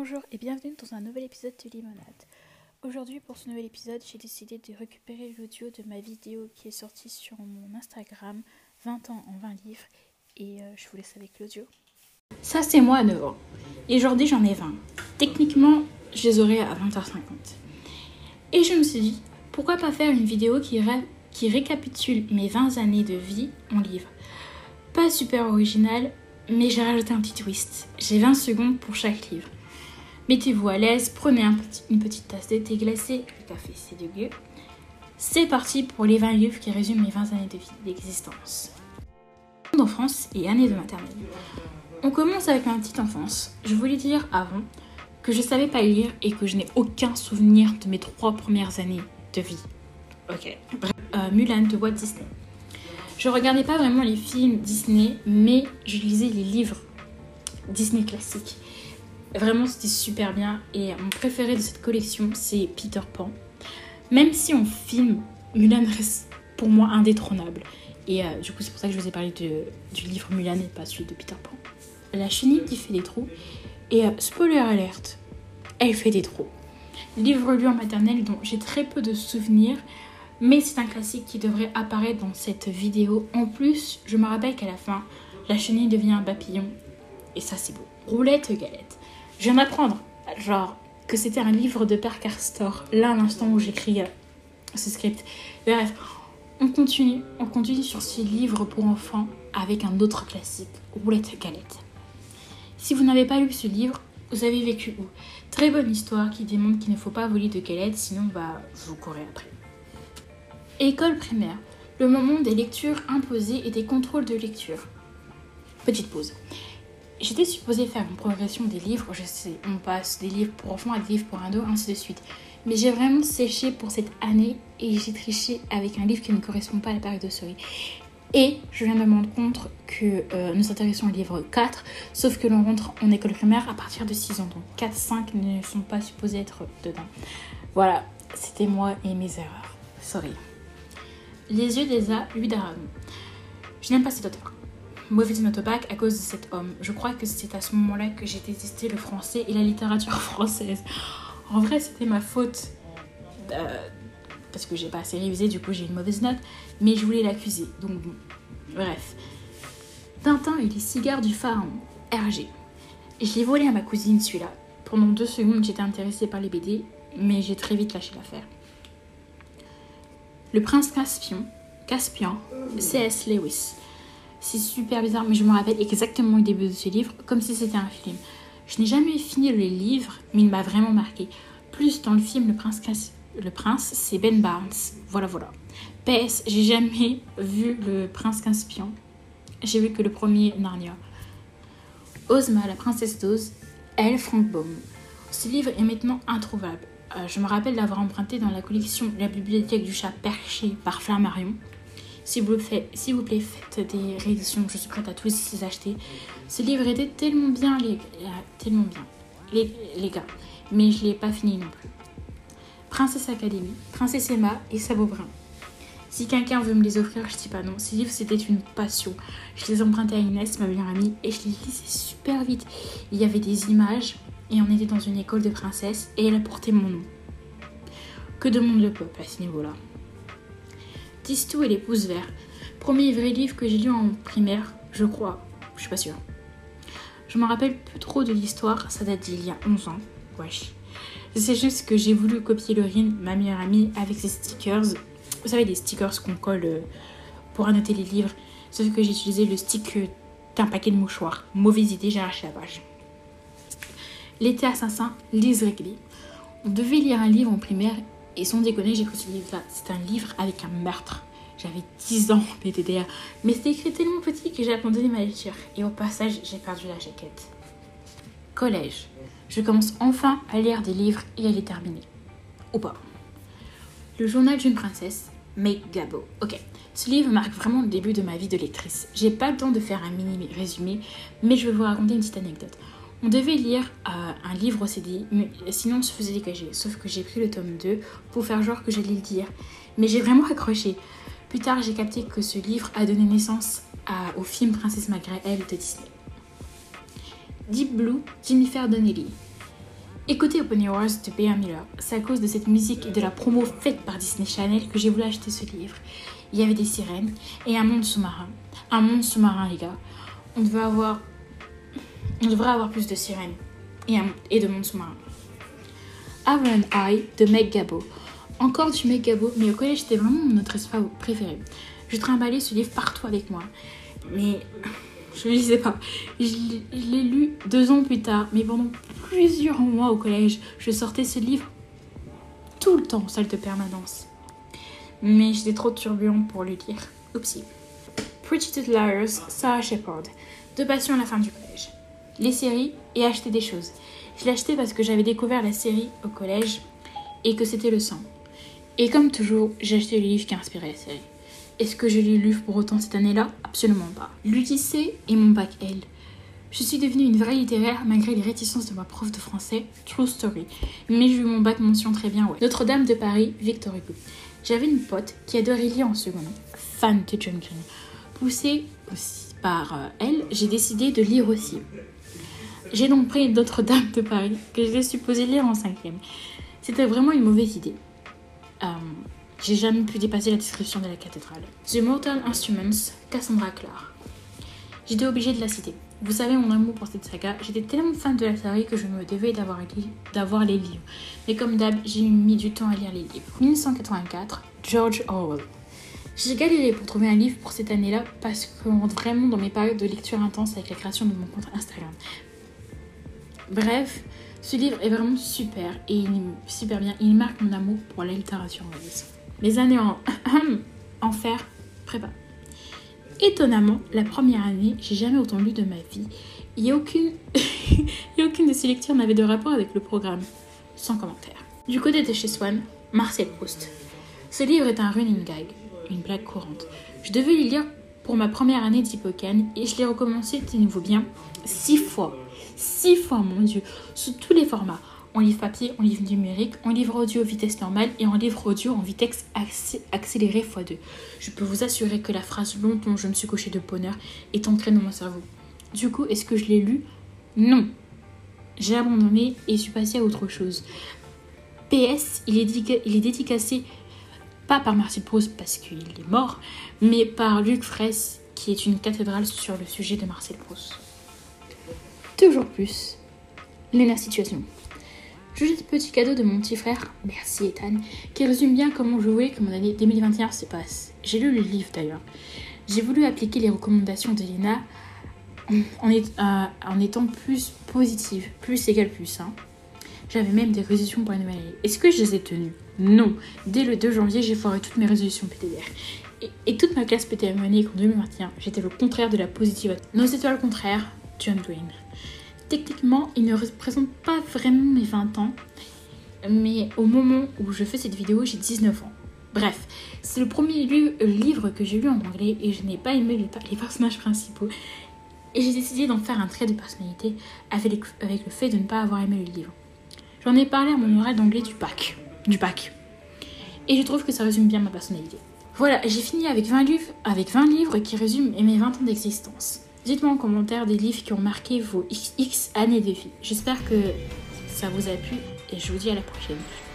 Bonjour et bienvenue dans un nouvel épisode de Limonade. Aujourd'hui pour ce nouvel épisode, j'ai décidé de récupérer l'audio de ma vidéo qui est sortie sur mon Instagram 20 ans en 20 livres et je vous laisse avec l'audio. Ça c'est moi à 9 ans et aujourd'hui j'en ai 20. Techniquement je les aurai à 20h50. Et je me suis dit pourquoi pas faire une vidéo qui récapitule mes 20 années de vie en livre. Pas super original mais j'ai rajouté un petit twist. J'ai 20 secondes pour chaque livre. Mettez-vous à l'aise, prenez une petite tasse de thé glacé, le café c'est dégueu. C'est parti pour les 20 livres qui résument mes 20 années de vie d'existence. D'enfance et années de maternelle. On commence avec ma petite enfance. Je voulais dire avant que je savais pas lire et que je n'ai aucun souvenir de mes 3 premières années de vie. Ok. Mulan de Walt Disney. Je regardais pas vraiment les films Disney, mais je lisais les livres Disney classiques. Vraiment, c'était super bien. Et mon préféré de cette collection, c'est Peter Pan. Même si en film, Mulan reste pour moi indétrônable. Et du coup, c'est pour ça que je vous ai parlé du livre Mulan et pas celui de Peter Pan. La chenille qui fait des trous. Et spoiler alert, elle fait des trous. Livre lu en maternelle dont j'ai très peu de souvenirs. Mais c'est un classique qui devrait apparaître dans cette vidéo. En plus, je me rappelle qu'à la fin, la chenille devient un papillon. Et ça, c'est beau. Roulette galette. Je viens d'apprendre, genre, que c'était un livre de Père Castor, là à l'instant où j'écris ce script. Bref, on continue sur ce livre pour enfants avec un autre classique, Roulette galette. Si vous n'avez pas lu ce livre, vous avez vécu où? Très bonne histoire qui démontre qu'il ne faut pas voler de galettes, sinon vous courez après. École primaire, le moment des lectures imposées et des contrôles de lecture. Petite pause. J'étais supposée faire une progression des livres, je sais, on passe des livres pour enfants à des livres pour ados, ainsi de suite. Mais j'ai vraiment séché pour cette année et j'ai triché avec un livre qui ne correspond pas à la période de souris. Et je viens de me rendre compte que nous intéressons au livre 4, sauf que l'on rentre en école primaire à partir de 6 ans. Donc 4, 5 ne sont pas supposés être dedans. Voilà, c'était moi et mes erreurs. Sorry. Les yeux d'Elsa, Louis d'Aragon. Je n'aime pas cet auteur. Mauvaise note au bac à cause de cet homme. Je crois que c'est à ce moment-là que j'ai détesté le français et la littérature française. En vrai, c'était ma faute. Parce que j'ai pas assez révisé, du coup j'ai une mauvaise note. Mais je voulais l'accuser, donc bon. Bref. Tintin et les cigares du pharaon. Hergé. Je l'ai volé à ma cousine, celui-là. Pendant 2 secondes, j'étais intéressée par les BD, mais j'ai très vite lâché l'affaire. Le prince Caspian, C.S. Lewis. C'est super bizarre, mais je me rappelle exactement le début de ce livre, comme si c'était un film. Je n'ai jamais fini le livre, mais il m'a vraiment marqué. Plus dans le film, le prince, c'est Ben Barnes. Voilà. PS, j'ai jamais vu le prince Caspian. J'ai vu que le premier Narnia. Ozma, la princesse d'Oz, elle, Frank Baum. Ce livre est maintenant introuvable. Je me rappelle l'avoir emprunté dans la collection La bibliothèque du chat perché par Flammarion. S'il vous plaît, faites des rééditions, je suis prête à tous les acheter. Ce livre était tellement bien, les gars, mais je ne l'ai pas fini non plus. Princesse Academy, Princesse Emma et Sabot Brun. Si quelqu'un veut me les offrir, je dis pas non. Ces livres, c'était une passion. Je les empruntais à Inès, ma meilleure amie, et je les lisais super vite. Il y avait des images, et on était dans une école de princesses, et elle a porté mon nom. Que demande le peuple à ce niveau-là? Tistou et les pouces verts. Premier vrai livre que j'ai lu en primaire, je crois. Je suis pas sûre. Je me rappelle plus trop de l'histoire, ça date d'il y a 11 ans. Wesh. C'est juste que j'ai voulu copier Laurine, ma meilleure amie, avec ses stickers. Vous savez, des stickers qu'on colle pour annoter les livres. Sauf que j'ai utilisé le stick d'un paquet de mouchoirs. Mauvaise idée, j'ai arraché la page. L'été assassin, Lise Wrigley. On devait lire un livre en primaire. Et sans déconner, j'ai pris ce livre-là. C'est un livre avec un meurtre. J'avais 10 ans, PTDR. Mais c'était écrit tellement petit que j'ai abandonné ma lecture. Et au passage, j'ai perdu la jaquette. Collège. Je commence enfin à lire des livres et à les terminer. Ou pas. Le journal d'une princesse, Meg Gabo. Ok, ce livre marque vraiment le début de ma vie de lectrice. J'ai pas le temps de faire un mini résumé, mais je vais vous raconter une petite anecdote. On devait lire un livre au CDI, mais sinon on se faisait dégager. Sauf que j'ai pris le tome 2 pour faire genre que j'allais le lire. Mais j'ai vraiment accroché. Plus tard, j'ai capté que ce livre a donné naissance au film Princesse malgré elle de Disney. Deep Blue, Jennifer Donnelly. Écoutez Open Your Eyes de B.A. Miller. C'est à cause de cette musique et de la promo faite par Disney Channel que j'ai voulu acheter ce livre. Il y avait des sirènes et un monde sous-marin. Un monde sous-marin, les gars. On devrait avoir plus de sirènes et de mondes sous-marins. Ava and I de Meg Gabo. Encore du Meg Gabo, mais au collège c'était vraiment mon autrice préférée. Je trimballais ce livre partout avec moi. Mais je ne lisais pas. Je l'ai lu 2 ans plus tard, mais pendant plusieurs mois au collège, je sortais ce livre tout le temps en salle de permanence. Mais j'étais trop turbulente pour le lire. Oupsie. Pretty Little Liars, Sarah Shepard. 2 passions à la fin du collège. Les séries et acheter des choses. Je l'ai acheté parce que j'avais découvert la série au collège et que c'était le sang. Et comme toujours, j'ai acheté le livre qui a inspiré la série. Est-ce que je lis le livre pour autant cette année-là? Absolument pas. L'Odyssée et mon bac L. Je suis devenue une vraie littéraire malgré les réticences de ma prof de français, True Story. Mais j'ai eu mon bac mention très bien, ouais. Notre-Dame de Paris, Victor Hugo. J'avais une pote qui adorait lire en seconde, fan de John Green. Poussée aussi par elle, j'ai décidé de lire aussi. J'ai donc pris Notre-Dame de Paris, que j'étais supposée lire en 5e. C'était vraiment une mauvaise idée. J'ai jamais pu dépasser la description de la cathédrale. The Mortal Instruments, Cassandra Clare. J'étais obligée de la citer. Vous savez mon amour pour cette saga, j'étais tellement fan de la série que je me devais d'avoir les livres. Mais comme d'hab, j'ai mis du temps à lire les livres. 1984, George Orwell. J'ai galéré pour trouver un livre pour cette année-là parce qu'on rentre vraiment dans mes périodes de lecture intense avec la création de mon compte Instagram. Bref, ce livre est vraiment super et il est super bien. Il marque mon amour pour la littérature anglaise. Mes années en enfer, prépa. Étonnamment, la première année, j'ai jamais autant lu de ma vie. Il y a aucune de ces lectures n'avait de rapport avec le programme. Sans commentaire. Du côté de chez Swan, Marcel Proust. Ce livre est un running gag, une blague courante. Je devais le lire pour ma première année d'Hippocane et je l'ai recommencé, tenez-vous bien, 6 fois. 6 fois, mon Dieu, sous tous les formats. En livre papier, en livre numérique, en livre audio vitesse normale et en livre audio en vitesse accélérée x2. Je peux vous assurer que la phrase « longtemps je me suis couché de bonheur » est ancrée dans mon cerveau. Du coup, est-ce que je l'ai lu? Non. J'ai abandonné et suis passée à autre chose. PS, il est dédicacé pas par Marcel Proust parce qu'il est mort, mais par Luc Fraisse, qui est une cathédrale sur le sujet de Marcel Proust. Toujours plus. Lena Situation. Joli petit cadeau de mon petit frère, merci Ethan, qui résume bien comment je voulais que mon année 2021 se passe. J'ai lu le livre d'ailleurs. J'ai voulu appliquer les recommandations d'Elena en étant plus positive. Plus égale plus. J'avais même des résolutions pour la nouvelle année. Est-ce que je les ai tenues? Non. Dès le 2 janvier, j'ai foiré toutes mes résolutions PTDR. Et toute ma classe PTM année qu'en 2021, j'étais le contraire de la positive. Nos étoiles contraires, John Green. Techniquement, il ne représente pas vraiment mes 20 ans, mais au moment où je fais cette vidéo, j'ai 19 ans. Bref, c'est le premier livre que j'ai lu en anglais et je n'ai pas aimé les personnages principaux. Et j'ai décidé d'en faire un trait de personnalité avec le fait de ne pas avoir aimé le livre. J'en ai parlé à mon oral d'anglais du bac. Et je trouve que ça résume bien ma personnalité. Voilà, j'ai fini avec 20 livres qui résument mes 20 ans d'existence. Dites-moi en commentaire des livres qui ont marqué vos X années de vie. J'espère que ça vous a plu et je vous dis à la prochaine.